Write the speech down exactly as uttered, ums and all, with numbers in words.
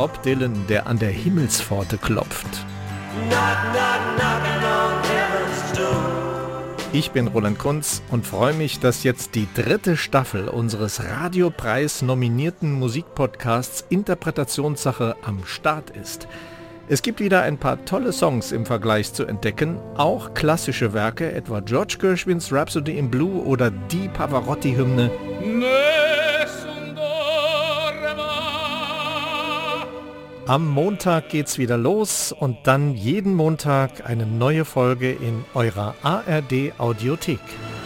Rob Dylan, der an der Himmelspforte klopft. Ich bin Roland Kunz und freue mich, dass jetzt die dritte Staffel unseres Radiopreis-nominierten Musikpodcasts Interpretationssache am Start ist. Es gibt wieder ein paar tolle Songs im Vergleich zu entdecken, auch klassische Werke, etwa George Gershwins Rhapsody in Blue oder die Pavarotti-Hymne. Am Montag geht's wieder los und dann jeden Montag eine neue Folge in eurer A R D Audiothek.